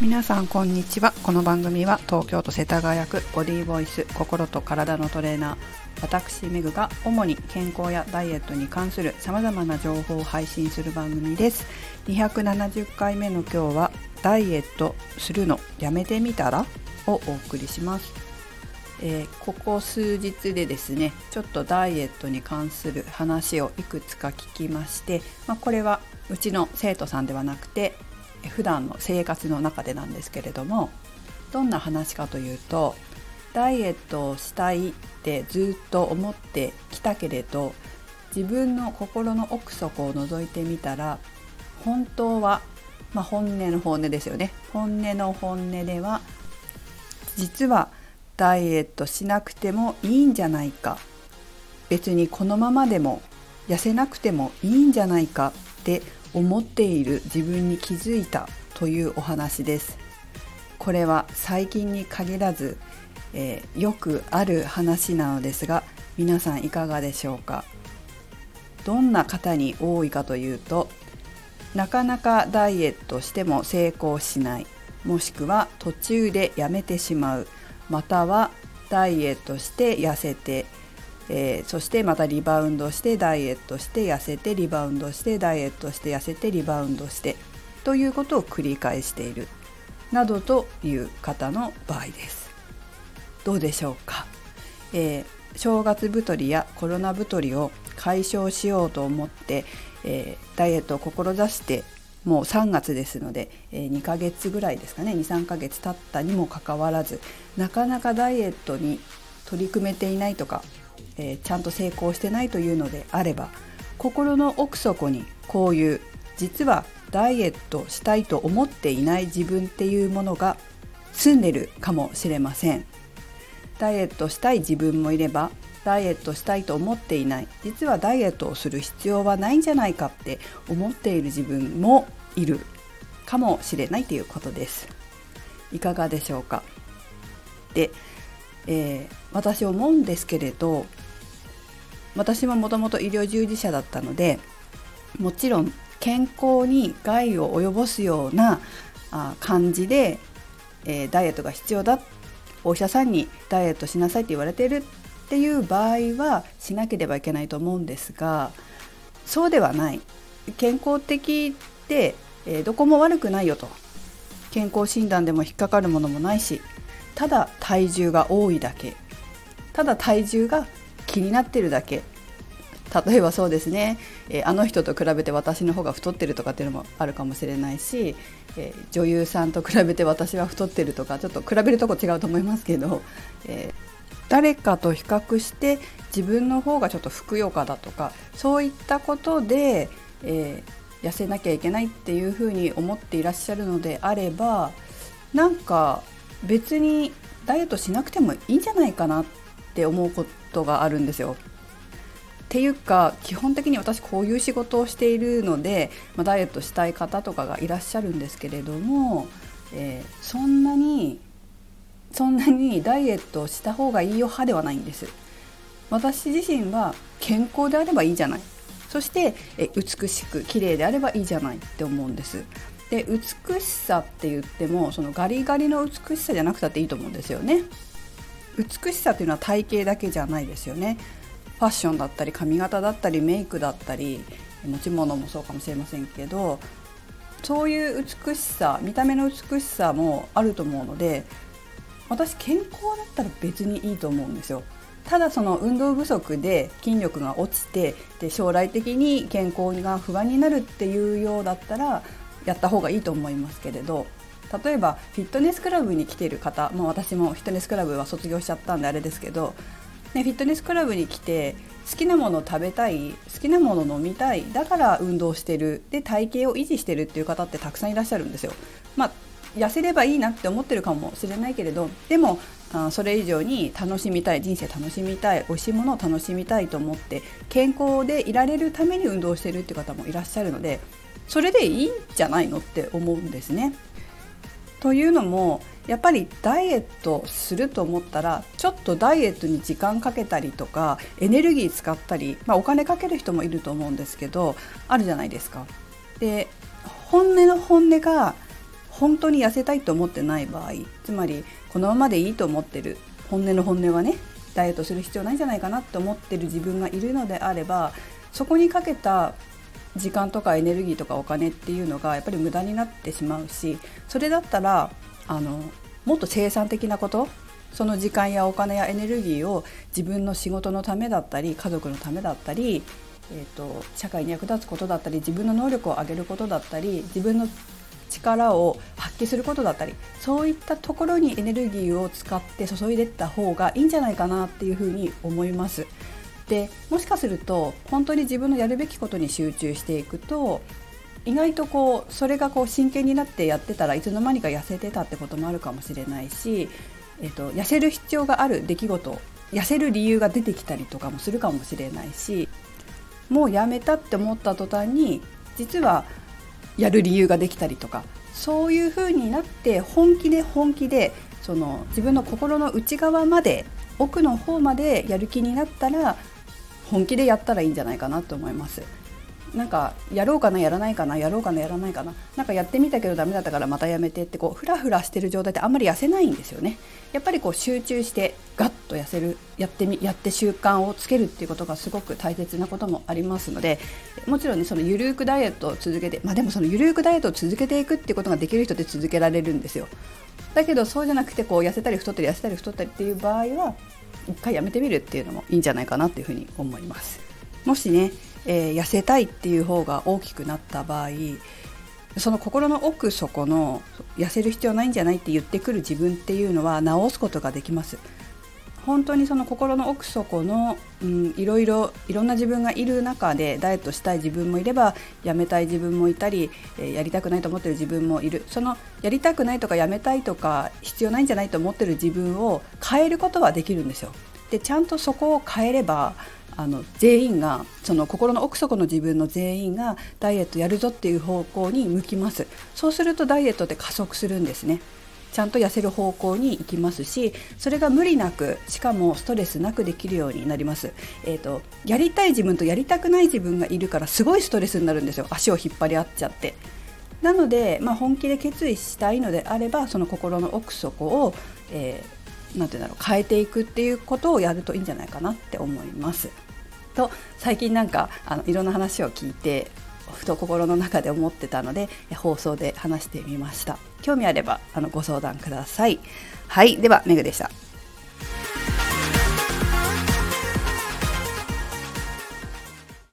皆さんこんにちは。この番組は東京都世田谷区ボディーボイス心と体のトレーナー私メグが主に健康やダイエットに関する様々な情報を配信する番組です。270回目の今日はダイエットするのやめてみたらをお送りします。ここ数日でですね、ちょっとダイエットに関する話をいくつか聞きまして、これはうちの生徒さんではなくて普段の生活の中でなんですけれども、どんな話かというと、ダイエットをしたいってずっと思ってきたけれど、自分の心の奥底を覗いてみたら、本当は、本音の本音ですよね。本音の本音では実はダイエットしなくてもいいんじゃないか、別にこのままでも痩せなくてもいいんじゃないかって思っている自分に気づいたというお話です。これは最近に限らず、よくある話なのですが、皆さんいかがでしょうか。どんな方に多いかというと、なかなかダイエットしても成功しない、もしくは途中でやめてしまう、またはダイエットして痩せて、そしてまたリバウンドしてダイエットして痩せてリバウンドしてダイエットして痩せてリバウンドしてということを繰り返しているなどという方の場合です。どうでしょうか。正月太りやコロナ太りを解消しようと思って、ダイエットを志してもう3月ですので、2ヶ月ぐらいですかね、 2,3 ヶ月経ったにもかかわらず、なかなかダイエットに取り組めていないとか、ちゃんと成功してないというのであれば、心の奥底にこういう実はダイエットしたいと思っていない自分っていうものが住んでるかもしれません。ダイエットしたい自分もいれば、ダイエットしたいと思っていない、実はダイエットをする必要はないんじゃないかって思っている自分もいるかもしれないということです。いかがでしょうか。で、私思うんですけれど、私ももともと医療従事者だったので、もちろん健康に害を及ぼすような感じで、ダイエットが必要だ、お医者さんにダイエットしなさいって言われているっていう場合はしなければいけないと思うんですが、そうではない。健康的で、どこも悪くないよと。健康診断でも引っかかるものもないし、ただ体重が多いだけ、ただ体重が気になってるだけ。例えばそうですね、あの人と比べて私の方が太ってるとかっていうのもあるかもしれないし、女優さんと比べて私は太ってるとか、ちょっと比べるとこ違うと思いますけど、誰かと比較して自分の方がちょっとふくよかだとか、そういったことで、痩せなきゃいけないっていうふうに思っていらっしゃるのであれば、なんか別にダイエットしなくてもいいんじゃないかなって思うことがあるんですよ。っていうか、基本的に私こういう仕事をしているので、ダイエットしたい方とかがいらっしゃるんですけれども、そんなにダイエットをした方がいいよ派ではないんです。私自身は健康であればいいじゃない、そして美しく綺麗であればいいじゃないって思うんです。で、美しさって言ってもそのガリガリの美しさじゃなくたっていいと思うんですよね。美しさっていうのは体型だけじゃないですよね。ファッションだったり髪型だったりメイクだったり持ち物もそうかもしれませんけど、そういう美しさ、見た目の美しさもあると思うので、私健康だったら別にいいと思うんですよ。ただその運動不足で筋力が落ちて、で将来的に健康が不安になるっていうようだったらやった方がいいと思いますけれど、例えばフィットネスクラブに来ている方、私もフィットネスクラブは卒業しちゃったんであれですけど、フィットネスクラブに来て好きなものを食べたい、好きなものを飲みたい、だから運動してる、で体型を維持してるっていう方ってたくさんいらっしゃるんですよ。痩せればいいなって思ってるかもしれないけれど、でもそれ以上に楽しみたい、人生楽しみたい、美味しいものを楽しみたいと思って健康でいられるために運動してるっていう方もいらっしゃるので、それでいいんじゃないのって思うんですね。というのも、やっぱりダイエットすると思ったら、ちょっとダイエットに時間かけたりとかエネルギー使ったり、お金かける人もいると思うんですけど、あるじゃないですか。で、本音の本音が本当に痩せたいと思ってない場合、つまりこのままでいいと思ってる本音の本音はね、ダイエットする必要ないんじゃないかなって思ってる自分がいるのであれば、そこにかけた時間とかエネルギーとかお金っていうのがやっぱり無駄になってしまうし、それだったらもっと生産的なこと、その時間やお金やエネルギーを自分の仕事のためだったり、家族のためだったり、社会に役立つことだったり、自分の能力を上げることだったり、自分の力を発揮することだったり、そういったところにエネルギーを使って注いでいった方がいいんじゃないかなっていうふうに思います。で、もしかすると本当に自分のやるべきことに集中していくと、意外とそれが真剣になってやってたらいつの間にか痩せてたってこともあるかもしれないし、痩せる必要がある出来事、痩せる理由が出てきたりとかもするかもしれないし、もうやめたって思った途端に実はやる理由ができたりとか、そういう風になって本気でその自分の心の内側まで、奥の方までやる気になったら本気でやったらいいんじゃないかなと思います。なんかやろうかなやらないかな、やろうかなやらないかな、なんかやってみたけどダメだったからまたやめてってフラフラしてる状態ってあんまり痩せないんですよね。やっぱり集中してガッと痩せる、やって習慣をつけるっていうことがすごく大切なこともありますので、もちろんね、そのゆるくダイエットを続けて、でもそのゆるくダイエットを続けていくっていうことができる人って続けられるんですよ。だけどそうじゃなくて痩せたり太ったり痩せたり太ったりっていう場合は一回やめてみるっていうのもいいんじゃないかなっていうふうに思います。もしね、痩せたいっていう方が大きくなった場合、その心の奥底の痩せる必要ないんじゃないって言ってくる自分っていうのは直すことができます。本当にその心の奥底の、いろんな自分がいる中で、ダイエットしたい自分もいればやめたい自分もいたり、やりたくないと思ってる自分もいる。そのやりたくないとかやめたいとか必要ないんじゃないと思ってる自分を変えることはできるんですよ。で、ちゃんとそこを変えれば全員が、その心の奥底の自分の全員がダイエットやるぞっていう方向に向きます。そうするとダイエットって加速するんですね。ちゃんと痩せる方向に行きますし、それが無理なく、しかもストレスなくできるようになります。やりたい自分とやりたくない自分がいるからすごいストレスになるんですよ。足を引っ張り合っちゃって。なので、本気で決意したいのであれば、その心の奥底を、変えていくっていうことをやるといいんじゃないかなって思いますと、最近いろんな話を聞いてふと心の中で思ってたので放送で話してみました。興味あればご相談ください。はい、ではメグでした。